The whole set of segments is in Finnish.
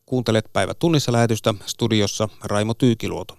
Kuuntelet Päivä tunnissa -lähetystä, studiossa Raimo Tyykiluoto.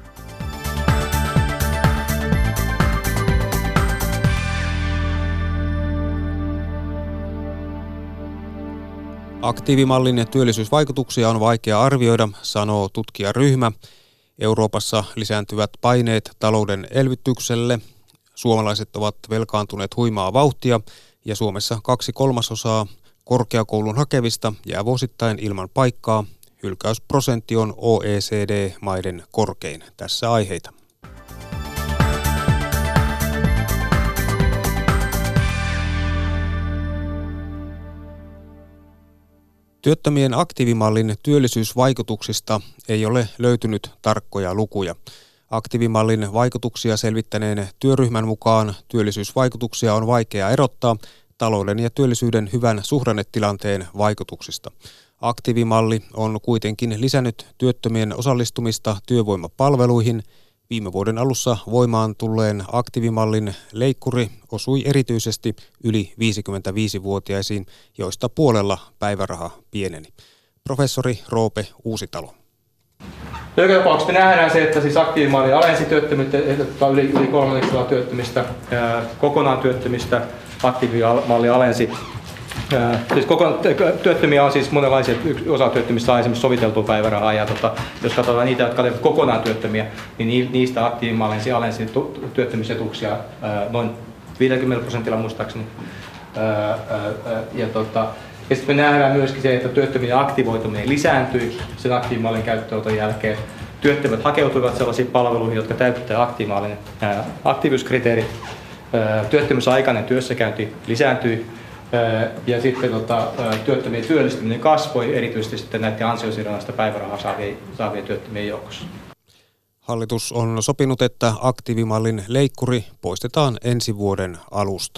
Aktiivimallin työllisyysvaikutuksia on vaikea arvioida, sanoo tutkijaryhmä. Euroopassa lisääntyvät paineet talouden elvytykselle. Suomalaiset ovat velkaantuneet huimaa vauhtia ja Suomessa 2/3 korkeakoulun hakevista jää vuosittain ilman paikkaa. Hylkäysprosentti on OECD-maiden korkein. Tässä aiheita. Työttömien aktiivimallin työllisyysvaikutuksista ei ole löytynyt tarkkoja lukuja. Aktiivimallin vaikutuksia selvittäneen työryhmän mukaan työllisyysvaikutuksia on vaikea erottaa talouden ja työllisyyden hyvän suhdannetilanteen vaikutuksista. Aktiivimalli on kuitenkin lisännyt työttömien osallistumista työvoimapalveluihin. Viime vuoden alussa voimaan tulleen aktiivimallin leikkuri osui erityisesti yli 55-vuotiaisiin, joista puolella päiväraha pieneni. Professori Roope Uusitalo. Joka tapauksessa me nähdään se, että siis aktiivimalli alensi työttömyyttä, yli 300 työttömistä, kokonaan työttömistä aktiivimalli alensi. Siis työttömiä on siis monenlaisia, osa työttömistä saa esimerkiksi soviteltua päivärahaa, ja jos katsotaan niitä, jotka olivat kokonaan työttömiä, niin niistä aktiivimalli alensi työttömyysetuuksia noin 50% muistaakseni. Ja sitten me nähdään myöskin se, että työttömien aktivoituminen lisääntyi sen aktiivimallin käyttöönoton jälkeen. Työttömät hakeutuivat sellaisiin palveluihin, jotka täyttävät aktiivimallin aktiiviuskriteerit. Työttömyysaikainen työssäkäynti lisääntyi. Ja sitten työttömien työllistyminen kasvoi, erityisesti sitten näiden ansiosidonnaista päivärahaa saavien työttömien joukossa. Hallitus on sopinut, että aktiivimallin leikkuri poistetaan ensi vuoden alusta.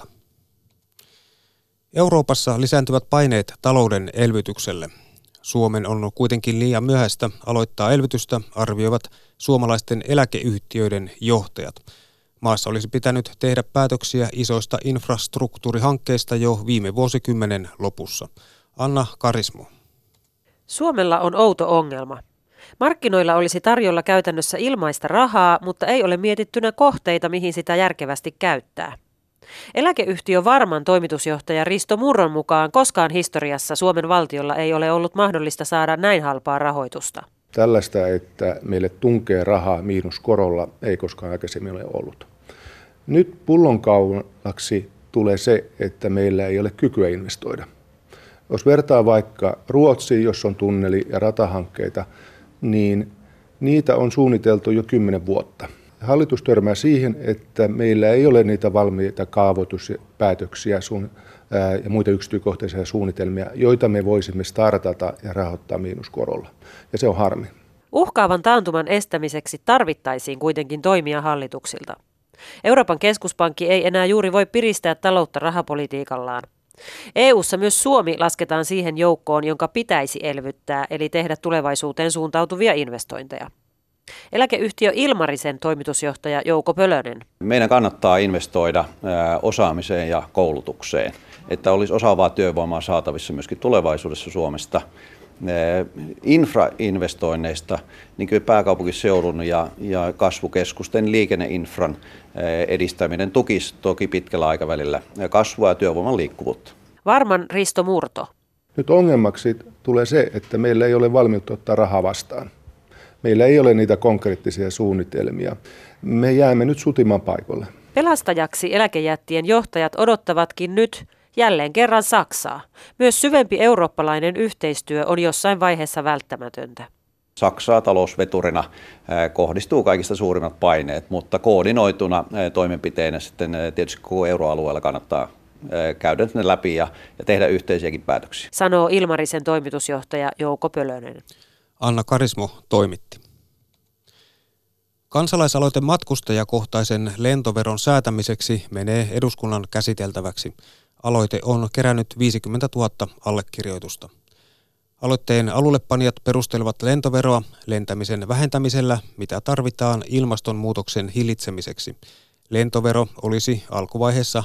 Euroopassa lisääntyvät paineet talouden elvytykselle. Suomen on kuitenkin liian myöhäistä aloittaa elvytystä, arvioivat suomalaisten eläkeyhtiöiden johtajat. Maassa olisi pitänyt tehdä päätöksiä isoista infrastruktuurihankkeista jo viime vuosikymmenen lopussa. Anna Karismo. Suomella on outo ongelma. Markkinoilla olisi tarjolla käytännössä ilmaista rahaa, mutta ei ole mietittynä kohteita, mihin sitä järkevästi käyttää. Eläkeyhtiö Varman toimitusjohtaja Risto Murron mukaan koskaan historiassa Suomen valtiolla ei ole ollut mahdollista saada näin halpaa rahoitusta. Tällaista, että meille tunkee rahaa miinuskorolla, ei koskaan aikaisemmin ole ollut. Nyt pullonkaulaksi tulee se, että meillä ei ole kykyä investoida. Jos vertaa vaikka Ruotsiin, jossa on tunneli- ja ratahankkeita, niin niitä on suunniteltu jo 10 vuotta. Hallitus törmää siihen, että meillä ei ole niitä valmiita kaavoituspäätöksiä ja muita yksityiskohtaisia suunnitelmia, joita me voisimme startata ja rahoittaa miinuskorolla. Ja se on harmi. Uhkaavan taantuman estämiseksi tarvittaisiin kuitenkin toimia hallituksilta. Euroopan keskuspankki ei enää juuri voi piristää taloutta rahapolitiikallaan. EU:ssa myös Suomi lasketaan siihen joukkoon, jonka pitäisi elvyttää, eli tehdä tulevaisuuteen suuntautuvia investointeja. Eläkeyhtiö Ilmarisen toimitusjohtaja Jouko Pölönen. Meidän kannattaa investoida osaamiseen ja koulutukseen, että olisi osaavaa työvoimaa saatavissa myöskin tulevaisuudessa Suomesta. Infrainvestoinneista, niin kuin pääkaupunkiseudun ja kasvukeskusten liikenneinfran edistäminen tukisi toki pitkällä aikavälillä kasvua ja työvoiman liikkuvuutta. Varman Risto Murto. Nyt ongelmaksi tulee se, että meillä ei ole valmiutta ottaa rahaa vastaan. Meillä ei ole niitä konkreettisia suunnitelmia. Me jäämme nyt sutimaan paikoille. Pelastajaksi eläkejättien johtajat odottavatkin nyt jälleen kerran Saksaa. Myös syvempi eurooppalainen yhteistyö on jossain vaiheessa välttämätöntä. Saksaa talousveturina kohdistuu kaikista suurimmat paineet, mutta koordinoituna toimenpiteinä sitten tietysti koko euroalueella kannattaa käydä ne läpi ja tehdä yhteisiäkin päätöksiä. Sanoo Ilmarisen toimitusjohtaja Jouko Pölönen. Anna Karismo toimitti. Kansalaisaloite matkustajakohtaisen lentoveron säätämiseksi menee eduskunnan käsiteltäväksi. Aloite on kerännyt 50 000 allekirjoitusta. Aloitteen alullepanijat perustelevat lentoveroa lentämisen vähentämisellä, mitä tarvitaan ilmastonmuutoksen hillitsemiseksi. Lentovero olisi alkuvaiheessa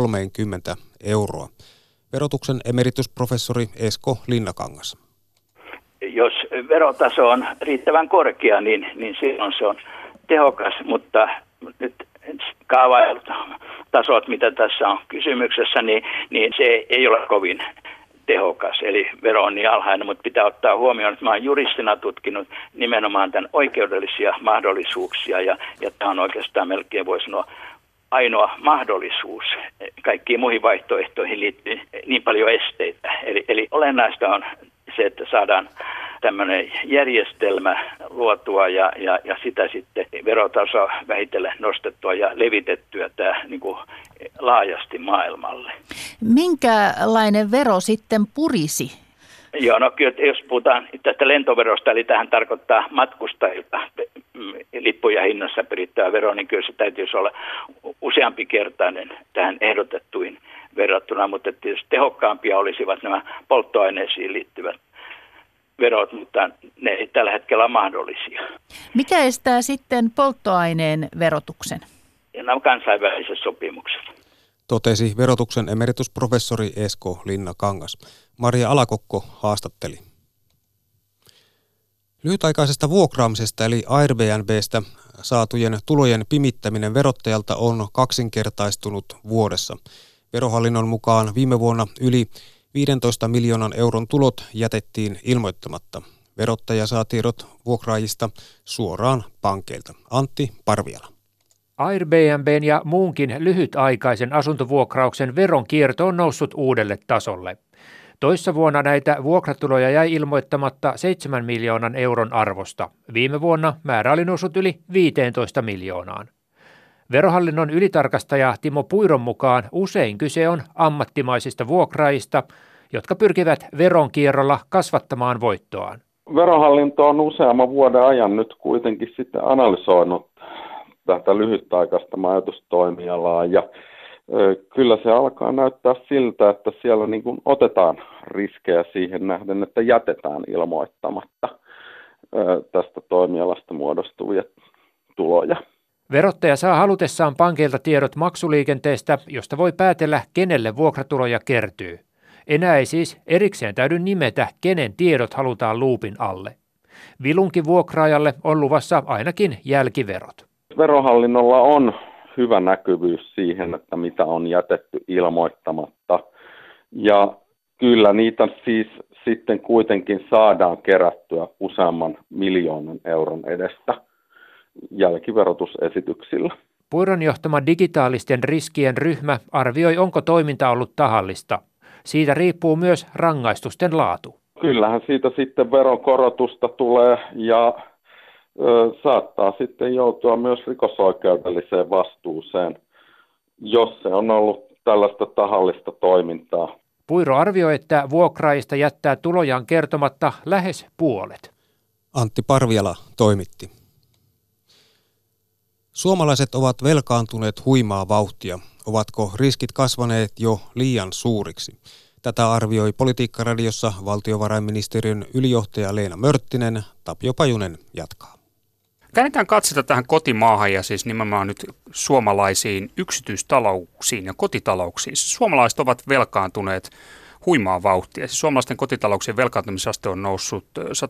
3-30 euroa. Verotuksen emeritusprofessori Esko Linnakangas. jos verotaso on riittävän korkea, niin silloin se on tehokas, mutta nyt kaavailut tasot, mitä tässä on kysymyksessä, niin se ei ole kovin tehokas, eli vero on niin alhainen, mutta pitää ottaa huomioon, että mä oon juristina tutkinut nimenomaan tämän oikeudellisia mahdollisuuksia, ja tämä on oikeastaan melkein, voi sanoa, ainoa mahdollisuus. Kaikkiin muihin vaihtoehtoihin liittyy niin paljon esteitä. Eli olennaista on se, että saadaan tämmöinen järjestelmä luotua ja sitä sitten verotasoa vähitellen nostettua ja levitettyä tämä niin kuin laajasti maailmalle. Minkälainen vero sitten purisi? Joo, no kyllä, jos puhutaan tästä lentoverosta, eli tähän tarkoittaa matkustajilta lippuja hinnassa perittävä vero, niin kyllä se täytyisi olla useampi kertainen tähän ehdotettuihin verrattuna, mutta tietysti tehokkaampia olisivat nämä polttoaineisiin liittyvät verot, mutta ne ei tällä hetkellä ole mahdollisia. Mikä estää sitten polttoaineen verotuksen? Ja nämä kansainväliset sopimukset. Totesi verotuksen emeritusprofessori Esko Linna-Kangas. Maria Alakokko haastatteli. Lyhytaikaisesta vuokraamisesta eli Airbnbstä saatujen tulojen pimittäminen verottajalta on kaksinkertaistunut vuodessa. Verohallinnon mukaan viime vuonna yli 15 miljoonan euron tulot jätettiin ilmoittamatta. Verottaja saa tiedot vuokraajista suoraan pankeilta. Antti Parviala. Airbnb:n ja muunkin lyhytaikaisen asuntovuokrauksen veronkierto on noussut uudelle tasolle. Toissa vuonna näitä vuokratuloja jäi ilmoittamatta 7 miljoonan euron arvosta. Viime vuonna määrä oli noussut yli 15 miljoonaan. Verohallinnon ylitarkastaja Timo Puiron mukaan usein kyse on ammattimaisista vuokraajista, jotka pyrkivät veronkierrolla kasvattamaan voittoaan. Verohallinto on useamman vuoden ajan nyt kuitenkin sitten analysoinut tätä lyhytaikaista majoitustoimialaa ja kyllä se alkaa näyttää siltä, että siellä niin kuin otetaan riskejä siihen nähden, että jätetään ilmoittamatta tästä toimialasta muodostuvia tuloja. Verottaja saa halutessaan pankeilta tiedot maksuliikenteestä, josta voi päätellä, kenelle vuokratuloja kertyy. Enää ei siis erikseen täydy nimetä, kenen tiedot halutaan luupin alle. Vilunkin vuokraajalle on luvassa ainakin jälkiverot. Verohallinnolla on hyvä näkyvyys siihen, että mitä on jätetty ilmoittamatta. Ja kyllä niitä siis sitten kuitenkin saadaan kerättyä useamman miljoonan euron edestä jälkiverotusesityksillä. Puiron johtama digitaalisten riskien ryhmä arvioi, onko toiminta ollut tahallista. Siitä riippuu myös rangaistusten laatu. Kyllähän siitä sitten veronkorotusta tulee ja saattaa sitten joutua myös rikosoikeudelliseen vastuuseen, jos se on ollut tällaista tahallista toimintaa. Puiro arvioi, että vuokraajista jättää tulojaan kertomatta lähes puolet. Antti Parviala toimitti. Suomalaiset ovat velkaantuneet huimaa vauhtia. Ovatko riskit kasvaneet jo liian suuriksi? Tätä arvioi Politiikka-radiossa valtiovarainministeriön ylijohtaja Leena Mörttinen. Tapio Pajunen jatkaa. Käännetään katsota tähän kotimaahan ja siis nimenomaan nyt suomalaisiin yksityistalouksiin ja kotitalouksiin. Suomalaiset ovat velkaantuneet huimaa vauhtia. Siis suomalaisten kotitalouksien velkaantumisaste on noussut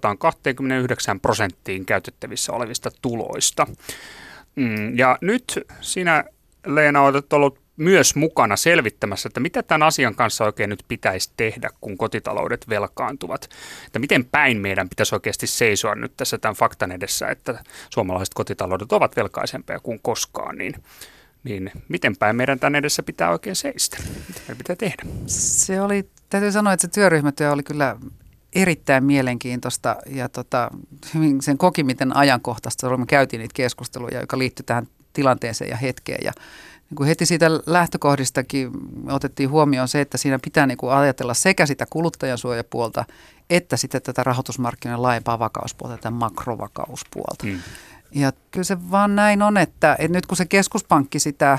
129% käytettävissä olevista tuloista. Ja nyt sinä, Leena, olet ollut myös mukana selvittämässä, että mitä tämän asian kanssa oikein nyt pitäisi tehdä, kun kotitaloudet velkaantuvat. Että miten päin meidän pitäisi oikeasti seisoa nyt tässä tämän faktan edessä, että suomalaiset kotitaloudet ovat velkaisempia kuin koskaan, niin miten päin meidän tämän edessä pitää oikein seistä? Mitä meidän pitää tehdä? Se oli, täytyy sanoa, että se työryhmätyö oli kyllä erittäin mielenkiintoista ja hyvin sen koki, miten ajankohtaista me käytiin niitä keskusteluja, joka liittyi tähän tilanteeseen ja hetkeen. Ja niin kuin heti siitä lähtökohdistakin otettiin huomioon se, että siinä pitää niin kuin ajatella sekä sitä kuluttajansuojapuolta että sitten tätä rahoitusmarkkinoiden laajempaa vakauspuolta, tätä makrovakauspuolta. Ja kyllä se vaan näin on, että nyt kun se keskuspankki sitä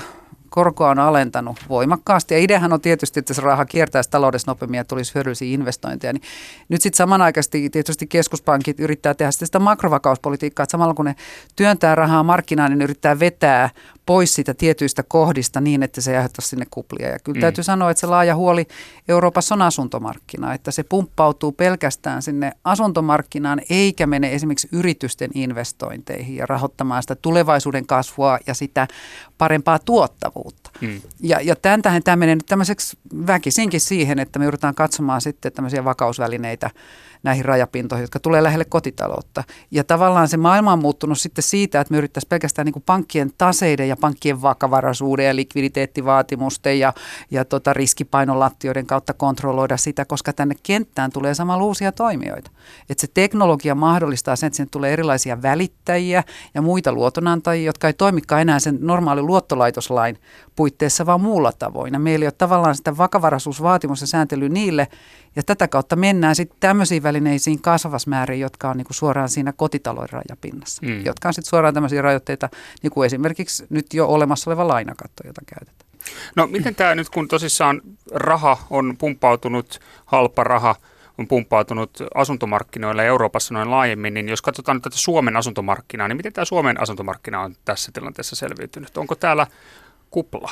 korkoa on alentanut voimakkaasti. Ja ideahan on tietysti, että se raha kiertäisi taloudessa nopeammin ja tulisi hyödyllisiä investointeja. Niin nyt sitten samanaikaisesti tietysti keskuspankit yrittää tehdä sitä makrovakauspolitiikkaa, että samalla kun ne työntää rahaa markkinaan, niin ne yrittää vetää pois siitä tietyistä kohdista niin, että se ei aiheuta sinne kuplia. Ja kyllä täytyy sanoa, että se laaja huoli Euroopassa on asuntomarkkina, että se pumppautuu pelkästään sinne asuntomarkkinaan eikä mene esimerkiksi yritysten investointeihin ja rahoittamaan sitä tulevaisuuden kasvua ja sitä parempaa tuottavuutta. Ja tämän tähden tämä menee nyt tämmöiseksi väkisinkin siihen, että me joudutaan katsomaan sitten tämmöisiä vakausvälineitä näihin rajapintoihin, jotka tulee lähelle kotitaloutta. Ja tavallaan se maailma on muuttunut sitten siitä, että me yrittäisiin pelkästään niin kuin pankkien taseiden ja pankkien vakavaraisuuden ja likviditeettivaatimusten ja riskipainolattioiden kautta kontrolloida sitä, koska tänne kenttään tulee samalla uusia toimijoita. Että se teknologia mahdollistaa sen, että sinne tulee erilaisia välittäjiä ja muita luotonantajia, jotka ei toimikaan enää sen normaalin luottolaitoslain puitteissa, vaan muulla tavoin. Ja meillä ei ole tavallaan sitä vakavaraisuusvaatimus ja sääntely niille, ja tätä kautta mennään sitten tämmöisiin välineisiin kasvavassa määrin, jotka on niinku suoraan siinä kotitalouden rajapinnassa, jotka on sitten suoraan tämmöisiä rajoitteita, niin kuin esimerkiksi nyt jo olemassa oleva lainakatto, jota käytetään. No miten tämä nyt, kun tosissaan raha on pumppautunut, halpa raha on pumppautunut asuntomarkkinoilla Euroopassa noin laajemmin, niin jos katsotaan nyt tätä Suomen asuntomarkkinaa, niin miten tämä Suomen asuntomarkkina on tässä tilanteessa selviytynyt? Onko täällä kupla?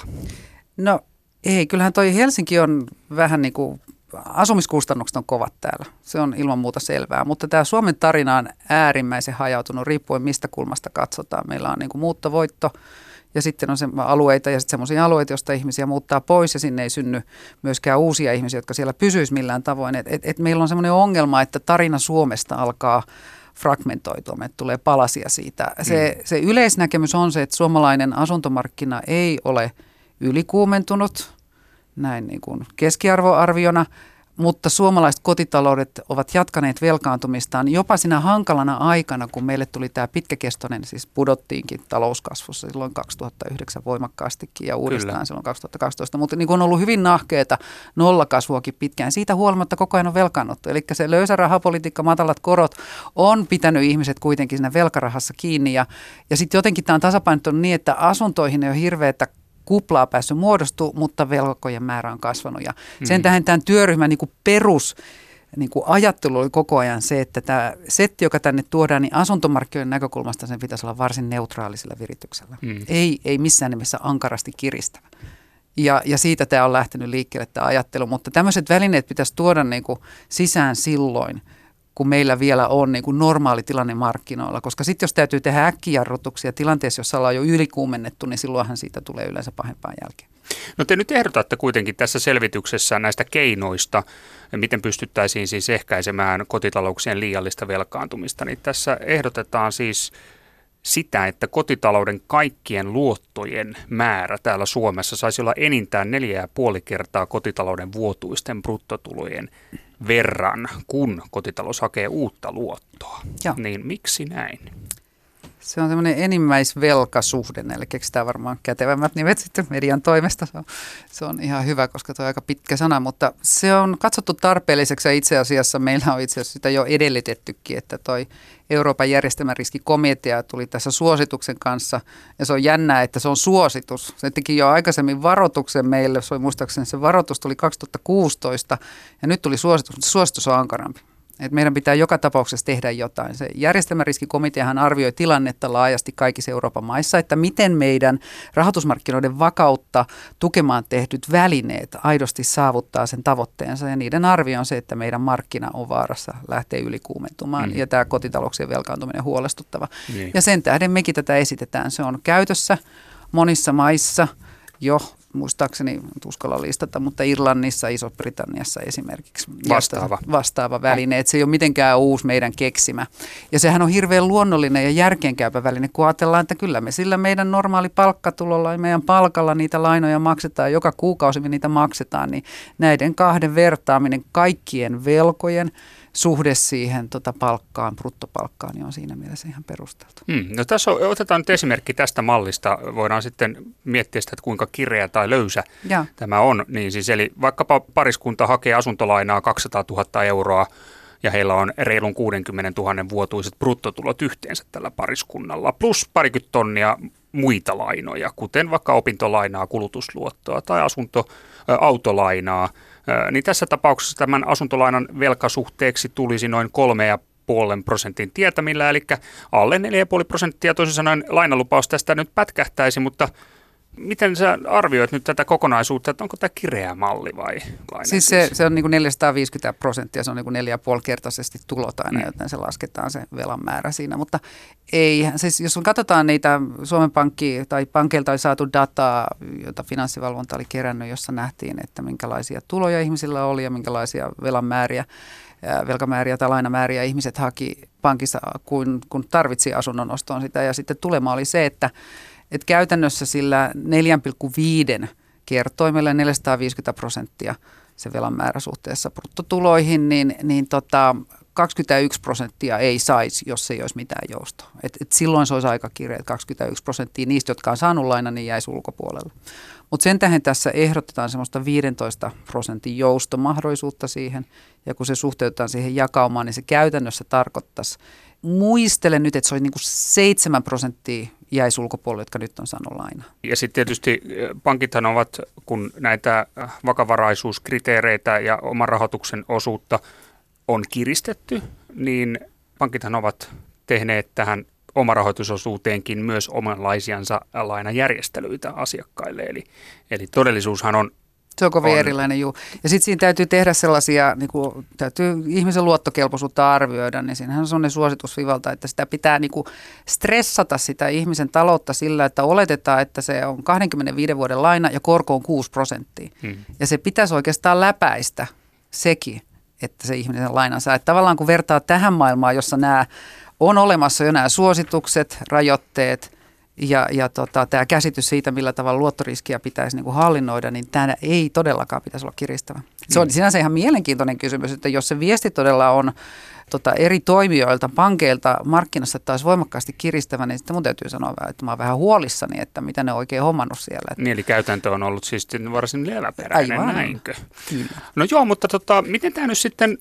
No ei, kyllähän toi Helsinki on vähän niin kuin, asumiskustannukset on kovat täällä, se on ilman muuta selvää, mutta tämä Suomen tarina on äärimmäisen hajautunut riippuen mistä kulmasta katsotaan. Meillä on niin kuin muuttovoitto ja sitten on alueita ja sitten semmoisia alueita, joista ihmisiä muuttaa pois ja sinne ei synny myöskään uusia ihmisiä, jotka siellä pysyisi millään tavoin. Et meillä on semmoinen ongelma, että tarina Suomesta alkaa fragmentoitua, meille tulee palasia siitä. Se yleisnäkemys on se, että suomalainen asuntomarkkina ei ole ylikuumentunut, näin niin kuin keskiarvoarviona, mutta suomalaiset kotitaloudet ovat jatkaneet velkaantumistaan jopa siinä hankalana aikana, kun meille tuli tämä pitkäkestoinen, siis pudottiinkin talouskasvussa silloin 2009 voimakkaastikin ja uudestaan silloin 2012, mutta niin kuin on ollut hyvin nahkeeta nollakasvuakin pitkään. Siitä huolimatta koko ajan on velkaannuttu, eli se löysä rahapolitiikka, matalat korot on pitänyt ihmiset kuitenkin siinä velkarahassa kiinni ja sitten jotenkin tämä on tasapainottunut niin, että asuntoihin ei ole hirveätä kuplaa päässyt muodostuu, mutta velkojen määrä on kasvanut. Ja sen tähden tämän työryhmän niin kuin perus niin kuin ajattelu oli koko ajan se, että tämä setti, joka tänne tuodaan, niin asuntomarkkinoiden näkökulmasta sen pitäisi olla varsin neutraalisella virityksellä. Ei missään nimessä ankarasti kiristävä. Ja siitä tämä on lähtenyt liikkeelle tämä ajattelu, mutta tämmöiset välineet pitäisi tuoda niin kuin sisään silloin, kun meillä vielä on niin kuin normaali tilanne markkinoilla, koska sitten jos täytyy tehdä äkkijarrutuksia tilanteessa, jossa ollaan jo ylikuumennettu, niin silloinhan siitä tulee yleensä pahempaan jälkeen. No te nyt ehdotatte kuitenkin tässä selvityksessä näistä keinoista, miten pystyttäisiin siis ehkäisemään kotitalouksien liiallista velkaantumista, niin tässä ehdotetaan siis sitä, että kotitalouden kaikkien luottojen määrä täällä Suomessa saisi olla enintään 4,5 kertaa kotitalouden vuotuisten bruttotulojen verran, kun kotitalous hakee uutta luottoa. Joo. Niin miksi näin? Se on tämmöinen enimmäisvelkasuhde, eli keksitään varmaan kätevämmät nimet sitten median toimesta. Se on ihan hyvä, koska tuo on aika pitkä sana, mutta se on katsottu tarpeelliseksi ja itse asiassa meillä on itse asiassa sitä jo edellytettykin, että toi Euroopan järjestelmäriskikomitea tuli tässä suosituksen kanssa ja se on jännää, että se on suositus. Se teki jo aikaisemmin varoituksen meille, se oli muistaakseni se varoitus tuli 2016 ja nyt tuli suositus, mutta suositus on ankarampi. Et meidän pitää joka tapauksessa tehdä jotain. Se järjestelmäriskikomiteahan arvioi tilannetta laajasti kaikissa Euroopan maissa, että miten meidän rahoitusmarkkinoiden vakautta tukemaan tehdyt välineet aidosti saavuttaa sen tavoitteensa. Ja niiden arvio on se, että meidän markkina on vaarassa lähteä ylikuumentumaan ja tämä kotitalouksien velkaantuminen on huolestuttava. Ja sen tähden mekin tätä esitetään. Se on käytössä monissa maissa jo. Muistaakseni uskalla listata, mutta Irlannissa, Iso-Britanniassa esimerkiksi vastaava väline, että se ei ole mitenkään uusi meidän keksimä. Ja sehän on hirveän luonnollinen ja järkeenkäypä väline, kun ajatellaan, että kyllä me sillä meidän normaali palkkatulolla ja meidän palkalla niitä lainoja maksetaan, joka kuukausi me niitä maksetaan, niin näiden kahden vertaaminen kaikkien velkojen suhde siihen palkkaan, bruttopalkkaan, niin on siinä mielessä ihan perusteltu. No tässä otetaan nyt esimerkki tästä mallista. Voidaan sitten miettiä sitä, että kuinka kireä tai löysä tämä on. Niin siis, eli vaikkapa pariskunta hakee asuntolainaa 200 000 euroa ja heillä on reilun 60 000 vuotuiset bruttotulot yhteensä tällä pariskunnalla, plus 20 tonnia muita lainoja, kuten vaikka opintolainaa, kulutusluottoa tai autolainaa, niin tässä tapauksessa tämän asuntolainan velkasuhteeksi tulisi noin 3,5% tietämillä, eli alle 4,5%, toisin sanoen lainalupaus tästä nyt pätkähtäisi, mutta miten sä arvioit nyt tätä kokonaisuutta, että onko tämä kireä malli vai laina? Siis se on niin kuin 450%, se on niin kuin 4,5-kertaisesti tulot aina, joten se lasketaan se velan määrä siinä. Mutta ei, siis jos katsotaan niitä Suomen pankkeilta oli saatu dataa, jota Finanssivalvonta oli kerännyt, jossa nähtiin, että minkälaisia tuloja ihmisillä oli ja minkälaisia velkamääriä tai lainamääriä ihmiset haki pankissa, kun tarvitsi asunnon ostoon sitä. Ja sitten tulema oli se, että käytännössä sillä 4,5 kertoimella 450% se velan määrä suhteessa bruttotuloihin, niin 21% ei saisi, jos ei olisi mitään joustoa. Et silloin se olisi aika kireä, 21% niistä, jotka on saanut lainan, niin jäisi ulkopuolelle. Mutta sen tähden tässä ehdotetaan semmoista 15% joustomahdollisuutta siihen, ja kun se suhteutetaan siihen jakaumaan, niin se käytännössä tarkoittaisi, muistelen nyt, että se olisi 7% jäisi ulkopuolelle, jotka nyt on saanut lainaa. Ja sitten tietysti pankithan ovat, kun näitä vakavaraisuuskriteereitä ja oman rahoituksen osuutta on kiristetty, niin pankithan ovat tehneet tähän omarahoitusosuuteenkin myös omanlaisiansa lainajärjestelyitä asiakkaille. Eli todellisuushan on... Se on kovin erilainen, juu. Ja sitten siinä täytyy tehdä sellaisia, niin kuin, täytyy ihmisen luottokelpoisuutta arvioida, niin siinähän on sellainen suositus Fivalta, että sitä pitää niin kuin stressata sitä ihmisen taloutta sillä, että oletetaan, että se on 25 vuoden laina ja korko on 6%. Ja se pitäisi oikeastaan läpäistä sekin, että se ihminen sen lainan saa. Että tavallaan kun vertaa tähän maailmaan, jossa nämä on olemassa jo nämä suositukset, rajoitteet, ja tämä käsitys siitä, millä tavalla luottoriskiä pitäisi niin kuin hallinnoida, niin tämä ei todellakaan pitäisi olla kiristävä. Se on sinänsä ihan mielenkiintoinen kysymys, että jos se viesti todella on eri toimijoilta, pankeilta, markkinassa taas voimakkaasti kiristävä, niin sitten mun täytyy sanoa, että mä oon vähän huolissani, että mitä ne on oikein hommannut siellä. Niin, eli käytäntö on ollut siis varsin leväperäinen, aivan. Näinkö? Kyllä. No joo, mutta miten tämä nyt sitten,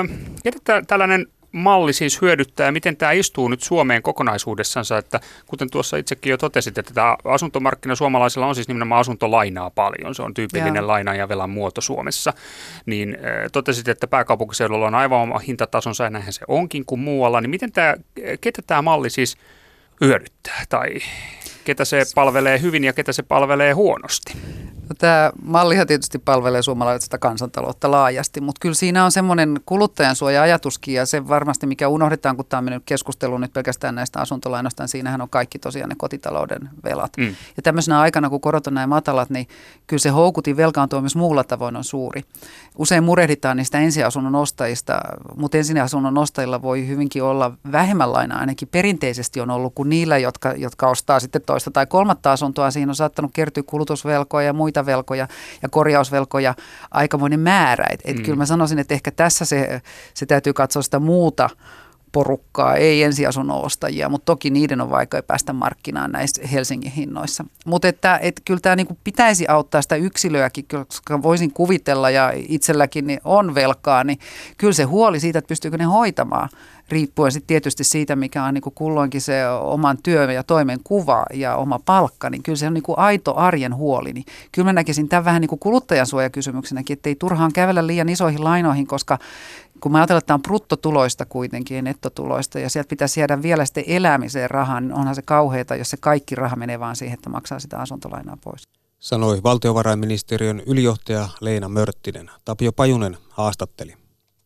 ketä tällainen malli siis hyödyttää ja miten tämä istuu nyt Suomeen kokonaisuudessansa, että kuten tuossa itsekin jo totesit, että tämä asuntomarkkina suomalaisilla on siis nimenomaan asuntolainaa paljon, se on tyypillinen laina ja velan muoto Suomessa, niin totesit, että pääkaupunkiseudulla on aivan oma hintatasonsa ja näinhän se onkin kuin muualla, niin ketä tämä malli siis hyödyttää tai ketä se palvelee hyvin ja ketä se palvelee huonosti? No, tämä mallihan tietysti palvelee suomalaista kansantaloutta laajasti, mutta kyllä siinä on semmoinen kuluttajansuoja-ajatuskin ja se varmasti, mikä unohdetaan, kun tämä on mennyt keskusteluun nyt pelkästään näistä asuntolainoista, niin siinähän on kaikki tosiaan ne kotitalouden velat. Ja tämmöisenä aikana, kun korot on näin matalat, niin kyllä se houkutin velkaantua myös muulla tavoin on suuri. Usein murehditaan niistä ensiasunnon ostajista, mutta ensiasunnon ostajilla voi hyvinkin olla vähemmän lainaa, ainakin perinteisesti on ollut kuin niillä, jotka ostaa sitten toista tai kolmatta asuntoa. Siinä on saattanut kertyä kulutusvelkoja ja muita velkoja ja korjausvelkoja aikamoinen määrä. Kyllä mä sanoisin, että ehkä tässä se täytyy katsoa sitä muuta porukkaa, ei ensiasunnon ostajia, mutta toki niiden on vaikea päästä markkinaan näissä Helsingin hinnoissa. Mutta että kyllä tämä niinku pitäisi auttaa sitä yksilöäkin, koska voisin kuvitella ja itselläkin niin on velkaa, niin kyllä se huoli siitä, että pystyykö ne hoitamaan, riippuen sitten tietysti siitä, mikä on niinku kulloinkin se oman työn ja toimen kuva ja oma palkka, niin kyllä se on niinku aito arjen huoli. Niin kyllä mä näkisin tämän vähän niinku kuluttajansuojakysymyksenäkin, että ei turhaan kävellä liian isoihin lainoihin, koska kun mä ajatellaan, että tämä on bruttotuloista kuitenkin ja nettotuloista ja sieltä pitäisi jäädä vielä sitten elämiseen rahaa, niin onhan se kauheata, jos se kaikki raha menee vaan siihen, että maksaa sitä asuntolainaa pois. Sanoi valtiovarainministeriön ylijohtaja Leena Mörttinen. Tapio Pajunen haastatteli.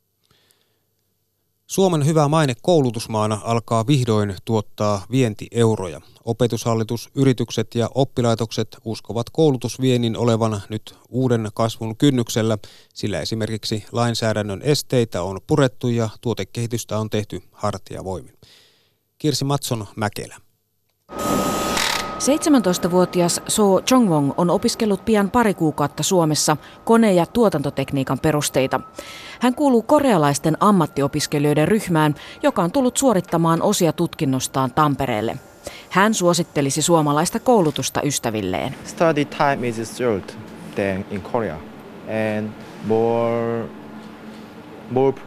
Suomen hyvä maine koulutusmaana alkaa vihdoin tuottaa vientieuroja. Opetushallitus, yritykset ja oppilaitokset uskovat koulutusviennin olevan nyt uuden kasvun kynnyksellä, sillä esimerkiksi lainsäädännön esteitä on purettu ja tuotekehitystä on tehty hartiavoimin. Kirsi Matson Mäkelä. 17-vuotias So Chongwong on opiskellut pian pari kuukautta Suomessa kone- ja tuotantotekniikan perusteita. Hän kuuluu korealaisten ammattiopiskelijoiden ryhmään, joka on tullut suorittamaan osia tutkinnostaan Tampereelle. Hän suosittelisi suomalaista koulutusta ystävilleen. Study time is short than in Korea and more free.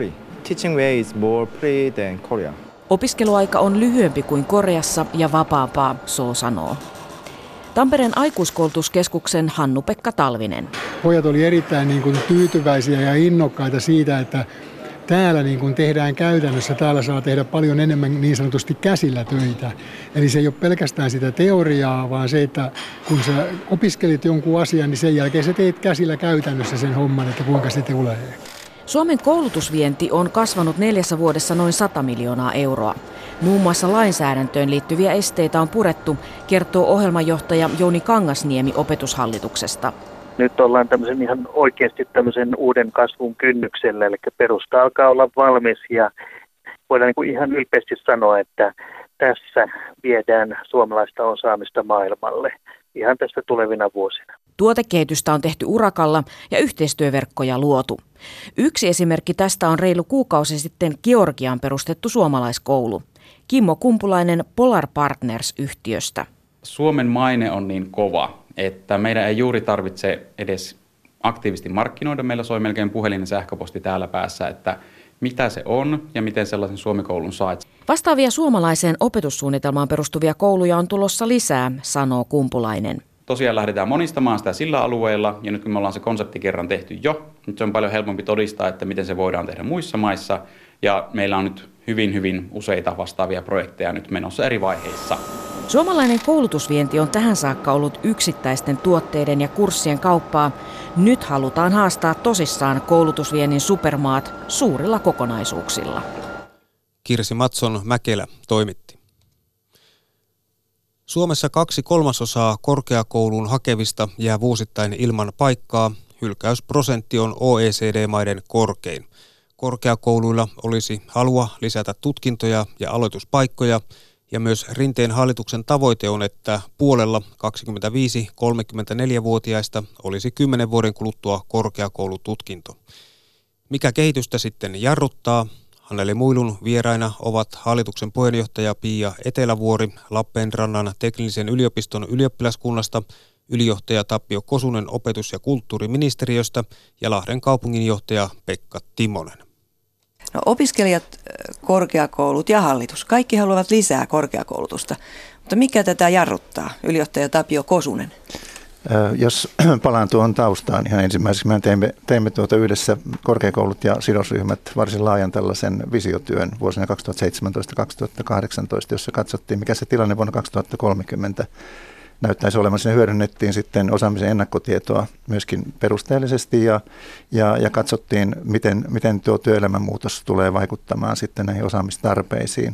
teaching way is more free than Korea. Opiskeluaika on lyhyempi kuin Koreassa ja vapaampaa, So sanoo. Tampereen aikuiskoulutuskeskuksen Hannu-Pekka Talvinen. Pojat oli erittäin tyytyväisiä ja innokkaita siitä, että täällä tehdään käytännössä, täällä saa tehdä paljon enemmän niin sanotusti käsillä töitä. Eli se ei ole pelkästään sitä teoriaa, vaan se, että kun sä opiskelit jonkun asian, niin sen jälkeen sä teet käsillä käytännössä sen homman, että kuinka se tulee. Suomen koulutusvienti on kasvanut 4 vuodessa noin 100 miljoonaa euroa. Muun muassa lainsäädäntöön liittyviä esteitä on purettu, kertoo ohjelmanjohtaja Jouni Kangasniemi Opetushallituksesta. Nyt ollaan ihan oikeasti tämmöisen uuden kasvun kynnyksellä, eli perusta alkaa olla valmis ja voidaan ihan ylpeästi sanoa, että tässä viedään suomalaista osaamista maailmalle ihan tästä tulevina vuosina. Tuotekehitystä on tehty urakalla ja yhteistyöverkkoja luotu. Yksi esimerkki tästä on reilu kuukausi sitten Georgiaan perustettu suomalaiskoulu. Kimmo Kumpulainen Polar Partners-yhtiöstä. Suomen maine on niin kova, että meidän ei juuri tarvitse edes aktiivisesti markkinoida. Meillä soi melkein puhelin ja sähköposti täällä päässä, että mitä se on ja miten sellaisen Suomi-koulun saa. Vastaavia suomalaiseen opetussuunnitelmaan perustuvia kouluja on tulossa lisää, sanoo Kumpulainen. Tosiaan lähdetään monistamaan sitä sillä alueella, ja nyt kun me ollaan se konsepti kerran tehty jo, nyt se on paljon helpompi todistaa, että miten se voidaan tehdä muissa maissa, ja meillä on nyt hyvin useita vastaavia projekteja nyt menossa eri vaiheissa. Suomalainen koulutusvienti on tähän saakka ollut yksittäisten tuotteiden ja kurssien kauppaa. Nyt halutaan haastaa tosissaan koulutusviennin supermaat suurilla kokonaisuuksilla. Kirsi Matson Mäkelä toimitti. Suomessa 2/3 korkeakouluun hakevista jää vuosittain ilman paikkaa. Hylkäysprosentti on OECD-maiden korkein. Korkeakouluilla olisi halua lisätä tutkintoja ja aloituspaikkoja, ja myös Rinteen hallituksen tavoite on, että puolella 25-34-vuotiaista olisi 10 vuoden kuluttua korkeakoulututkinto. Mikä kehitystä sitten jarruttaa? Hanneli Muilun vieraina ovat hallituksen puheenjohtaja Pia Etelävuori, Lappeenrannan teknillisen yliopiston ylioppilaskunnasta, ylijohtaja Tapio Kosunen opetus- ja kulttuuriministeriöstä ja Lahden kaupunginjohtaja Pekka Timonen. No, opiskelijat, korkeakoulut ja hallitus, kaikki haluavat lisää korkeakoulutusta, mutta mikä tätä jarruttaa, ylijohtaja Tapio Kosunen? Jos palaan tuohon taustaan ihan ensimmäiseksi, me teimme yhdessä korkeakoulut ja sidosryhmät varsin laajan tällaisen visiotyön vuosina 2017-2018, jossa katsottiin, mikä se tilanne vuonna 2030 näyttäisi olevan. Siinä hyödynnettiin sitten osaamisen ennakkotietoa myöskin perusteellisesti ja katsottiin, miten tuo työelämän muutos tulee vaikuttamaan sitten näihin osaamistarpeisiin.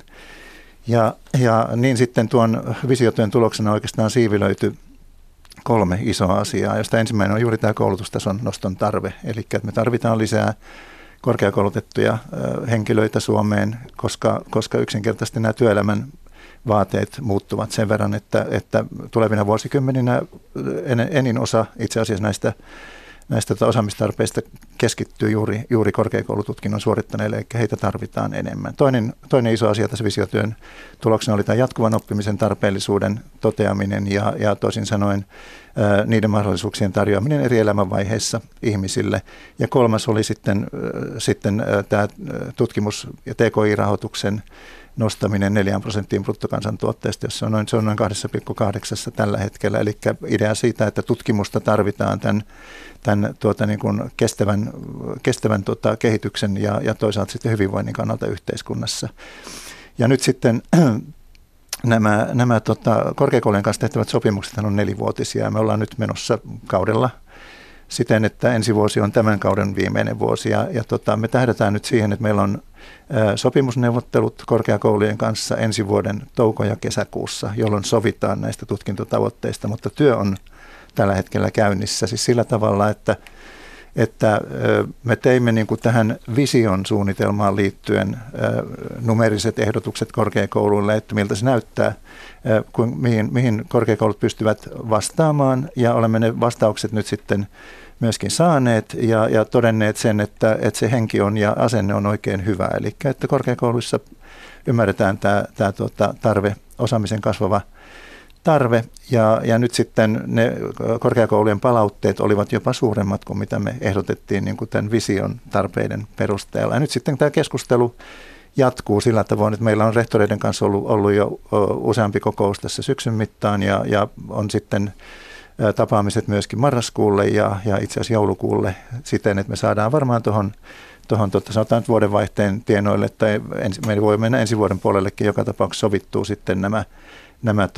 Ja niin sitten tuon visiotyön tuloksena oikeastaan siivilöity 3 isoa asiaa, josta ensimmäinen on juuri tämä koulutustason noston tarve. Eli että me tarvitaan lisää korkeakoulutettuja henkilöitä Suomeen, koska yksinkertaisesti nämä työelämän vaateet muuttuvat sen verran, että tulevina vuosikymmeninä enin osa itse asiassa näistä osaamistarpeista keskittyy juuri korkeakoulututkinnon suorittaneille, eli heitä tarvitaan enemmän. Toinen iso asia tässä visiotyön tuloksena oli tämä jatkuvan oppimisen tarpeellisuuden toteaminen ja toisin sanoen niiden mahdollisuuksien tarjoaminen eri elämänvaiheissa ihmisille. Ja kolmas oli sitten tämä tutkimus- ja TKI-rahoituksen nostaminen 4% bruttokansantuotteesta, jossa se on noin 2,8 tällä hetkellä. Eli idea siitä, että tutkimusta tarvitaan tämän niin kuin kestävän kehityksen ja toisaalta sitten hyvinvoinnin kannalta yhteiskunnassa. Ja nyt sitten nämä korkeakoulujen kanssa tehtävät sopimukset on 4-vuotisia ja me ollaan nyt menossa kaudella siten, että ensi vuosi on tämän kauden viimeinen vuosi ja me tähdätään nyt siihen, että meillä on sopimusneuvottelut korkeakoulujen kanssa ensi vuoden touko- ja kesäkuussa, jolloin sovitaan näistä tutkintotavoitteista, mutta työ on tällä hetkellä käynnissä siis sillä tavalla, että me teimme niin kuin tähän vision suunnitelmaan liittyen numeriset ehdotukset korkeakouluille, että miltä se näyttää, mihin korkeakoulut pystyvät vastaamaan ja olemme ne vastaukset nyt sitten myöskin saaneet ja todenneet sen, että se henki on ja asenne on oikein hyvä. Eli että korkeakouluissa ymmärretään tämä tarve, osaamisen kasvava tarve ja nyt sitten ne korkeakoulujen palautteet olivat jopa suuremmat kuin mitä me ehdotettiin niin kuin tämän vision tarpeiden perusteella. Ja nyt sitten tämä keskustelu jatkuu sillä tavoin, että meillä on rehtoreiden kanssa ollut jo useampi kokous tässä syksyn mittaan ja on sitten tapaamiset myöskin marraskuulle ja itse asiassa joulukuulle siten, että me saadaan varmaan tuohon sanotaan nyt vuodenvaihteen tienoille, tai meillä voi mennä ensi vuoden puolellekin joka tapauksessa sovittuu sitten nämä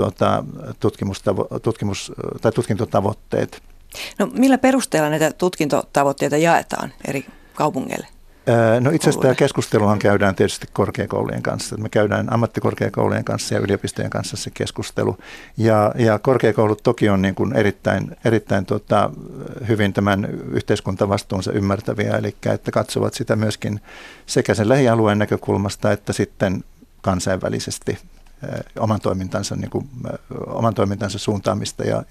tutkintotavoitteet. No millä perusteella näitä tutkintotavoitteita jaetaan eri kaupungeille? No itse asiassa tämä keskusteluhan käydään tietysti korkeakoulujen kanssa. Me käydään ammattikorkeakoulujen kanssa ja yliopistojen kanssa se keskustelu. Ja korkeakoulut toki on niin kuin erittäin hyvin tämän yhteiskuntavastuunsa ymmärtäviä, eli että katsovat sitä myöskin sekä sen lähialueen näkökulmasta että sitten kansainvälisesti oman toimintansa suuntaamista ja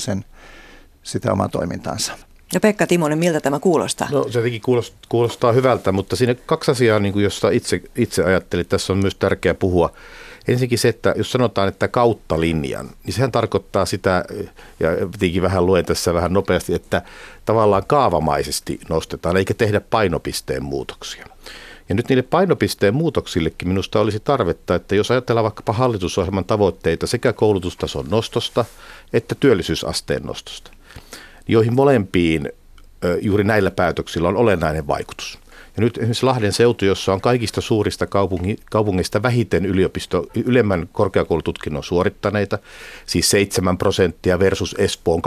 sitä omaa toimintaansa. Ja Pekka Timonen, miltä tämä kuulostaa? No se tietenkin kuulostaa hyvältä, mutta siinä 2 asiaa, niin kuin josta itse ajattelin, tässä on myös tärkeää puhua. Ensinnäkin se, että jos sanotaan, että kautta linjan, niin sehän tarkoittaa sitä, ja tietenkin luen tässä vähän nopeasti, että tavallaan kaavamaisesti nostetaan, eikä tehdä painopisteen muutoksia. Ja nyt niille painopisteen muutoksillekin minusta olisi tarvetta, että jos ajatellaan vaikkapa hallitusohjelman tavoitteita sekä koulutustason nostosta että työllisyysasteen nostosta, joihin molempiin juuri näillä päätöksillä on olennainen vaikutus. Ja nyt esimerkiksi Lahden seutu, jossa on kaikista suurista kaupungeista vähiten ylemmän korkeakoulututkinnon suorittaneita, siis 7% versus Espoon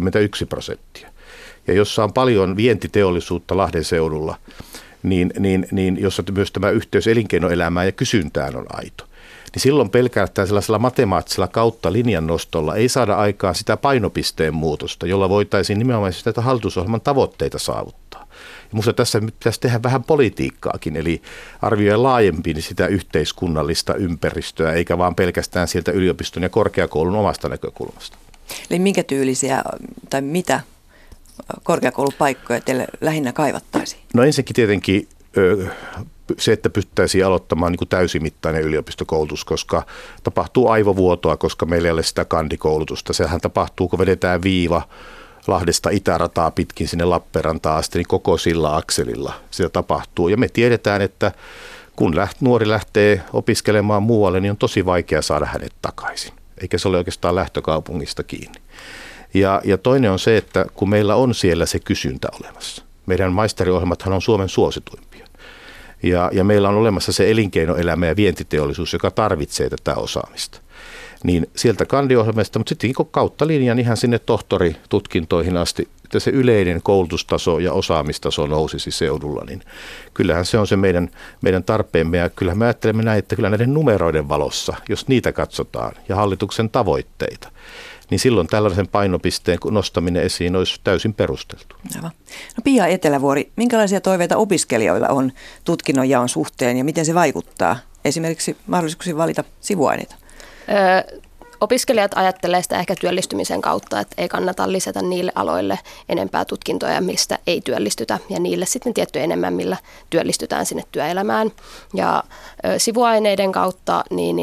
21%. Ja jossa on paljon vientiteollisuutta Lahden seudulla, niin jossa myös tämä yhteys elinkeinoelämään ja kysyntään on aito. Niin silloin pelkästään sellaisella matemaattisella kautta linjan nostolla ei saada aikaan sitä painopisteen muutosta, jolla voitaisiin nimenomaan sitä hallitusohjelman tavoitteita saavuttaa. Ja minusta tässä pitäisi tehdä vähän politiikkaakin, eli arvioida laajemmin sitä yhteiskunnallista ympäristöä, eikä vaan pelkästään sieltä yliopiston ja korkeakoulun omasta näkökulmasta. Eli minkä tyylisiä tai mitä korkeakoulupaikkoja teille lähinnä kaivattaisiin? No ensinnäkin tietenkin se, että pystyttäisiin aloittamaan niin kuin täysimittainen yliopistokoulutus, koska tapahtuu aivovuotoa, koska meillä ei ole sitä kandikoulutusta. Sehän tapahtuu, kun vedetään viiva Lahdesta itärataa pitkin sinne Lappeenrantaan asti, niin koko sillä akselilla sitä tapahtuu. Ja me tiedetään, että kun nuori lähtee opiskelemaan muualle, niin on tosi vaikea saada hänet takaisin. Eikä se ole oikeastaan lähtökaupungista kiinni. Ja toinen on se, että kun meillä on siellä se kysyntä olemassa. Meidän maisteriohjelmathan on Suomen suosituimpia. Ja meillä on olemassa se elinkeinoelämä ja vientiteollisuus, joka tarvitsee tätä osaamista. Niin sieltä kandiohjelmasta, mutta sitten kautta linjan ihan sinne tohtoritutkintoihin asti, että se yleinen koulutustaso ja osaamistaso nousisi seudulla, niin kyllähän se on se meidän tarpeemme. Ja kyllähän me ajattelemme näin, että kyllä näiden numeroiden valossa, jos niitä katsotaan ja hallituksen tavoitteita, niin silloin tällaisen painopisteen nostaminen esiin olisi täysin perusteltu. Aivan. No Pia Etelävuori, minkälaisia toiveita opiskelijoilla on tutkinnon jaon suhteen ja miten se vaikuttaa esimerkiksi mahdollisuuksiin valita sivuaineita? Opiskelijat ajattelee sitä ehkä työllistymisen kautta, että ei kannata lisätä niille aloille enempää tutkintoja, mistä ei työllistytä, ja niille sitten tietty enemmän, millä työllistytään sinne työelämään. Ja sivuaineiden kautta,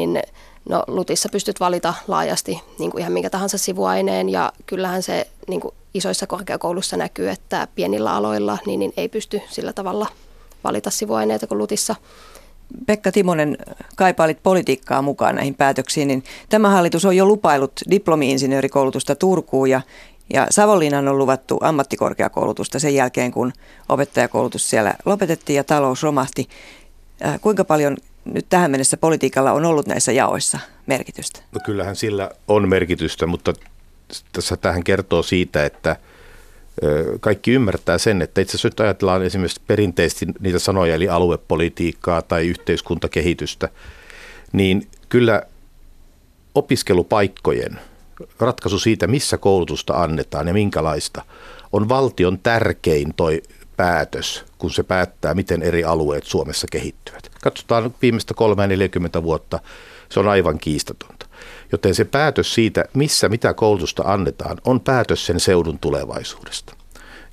no LUTissa pystyt valita laajasti niin kuin ihan minkä tahansa sivuaineen, ja kyllähän se niin kuin isoissa korkeakoulussa näkyy, että pienillä aloilla niin ei pysty sillä tavalla valita sivuaineita kuin LUTissa. Pekka Timonen, kaipailit politiikkaa mukaan näihin päätöksiin, niin tämä hallitus on jo lupailut diplomi-insinöörikoulutusta Turkuun ja Savonlinnaan on luvattu ammattikorkeakoulutusta sen jälkeen, kun opettajakoulutus siellä lopetettiin ja talous romahti. Kuinka paljon nyt tähän mennessä politiikalla on ollut näissä jaoissa merkitystä? No kyllähän sillä on merkitystä, mutta tässä tähän kertoo siitä, että kaikki ymmärtää sen, että itse asiassa nyt ajatellaan esimerkiksi perinteisesti niitä sanoja, eli aluepolitiikkaa tai yhteiskuntakehitystä, niin kyllä opiskelupaikkojen ratkaisu siitä, missä koulutusta annetaan ja minkälaista, on valtion tärkein päätös, kun se päättää, miten eri alueet Suomessa kehittyvät. Katsotaan viimeistä 30-40 vuotta, se on aivan kiistatonta. Joten se päätös siitä, mitä koulutusta annetaan, on päätös sen seudun tulevaisuudesta.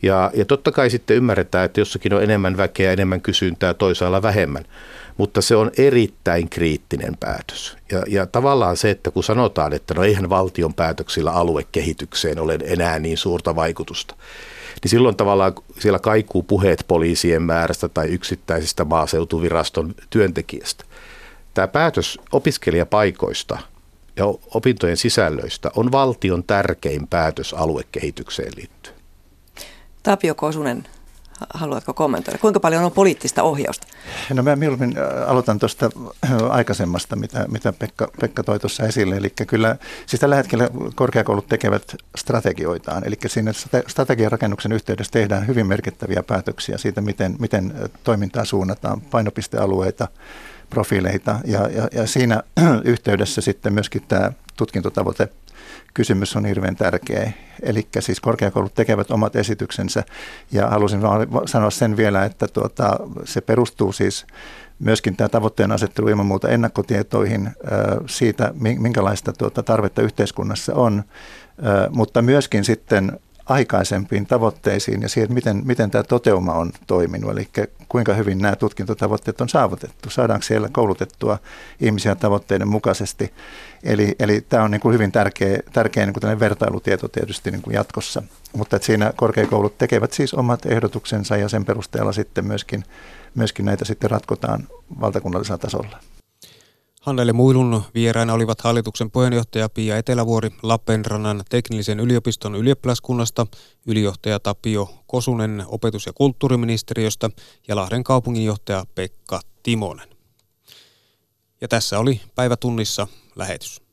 Ja totta kai sitten ymmärretään, että jossakin on enemmän väkeä, enemmän kysyntää, toisaalla vähemmän. Mutta se on erittäin kriittinen päätös. Ja tavallaan se, että kun sanotaan, että no eihän valtion päätöksillä aluekehitykseen ole enää niin suurta vaikutusta, niin silloin tavallaan siellä kaikuu puheet poliisien määrästä tai yksittäisistä maaseutuviraston työntekijästä. Tämä päätös opiskelijapaikoista ja opintojen sisällöistä on valtion tärkein päätös aluekehitykseen liittyen. Tapio Kosunen, haluatko kommentoida? Kuinka paljon on poliittista ohjausta? No mä mieluummin aloitan tuosta aikaisemmasta, mitä Pekka toi tuossa esille. Eli kyllä, siis tällä hetkellä korkeakoulut tekevät strategioitaan. Eli siinä strategiarakennuksen yhteydessä tehdään hyvin merkittäviä päätöksiä siitä, miten toimintaa suunnataan, painopistealueita, profiileita. Ja siinä yhteydessä sitten myöskin tämä tutkintotavoite kysymys on hirveän tärkeä. Eli siis korkeakoulut tekevät omat esityksensä ja halusin sanoa sen vielä, että se perustuu siis myöskin tämä tavoitteen asettelu ilman muuta ennakkotietoihin siitä, minkälaista tarvetta yhteiskunnassa on, mutta myöskin sitten aikaisempiin tavoitteisiin ja siihen, miten tämä toteuma on toiminut, eli kuinka hyvin nämä tutkintotavoitteet on saavutettu, saadaanko siellä koulutettua ihmisiä tavoitteiden mukaisesti. Eli tämä on niin kuin hyvin tärkeä niin kuin tällainen vertailutieto tietysti niin kuin jatkossa, mutta että siinä korkeakoulut tekevät siis omat ehdotuksensa ja sen perusteella sitten myöskin näitä sitten ratkotaan valtakunnallisella tasolla. Hannele Muilun vieraina olivat hallituksen puheenjohtaja Pia Etelävuori Lappeenrannan teknillisen yliopiston ylioppilaskunnasta, ylijohtaja Tapio Kosunen opetus- ja kulttuuriministeriöstä ja Lahden kaupunginjohtaja Pekka Timonen. Ja tässä oli Päivätunnissa lähetys.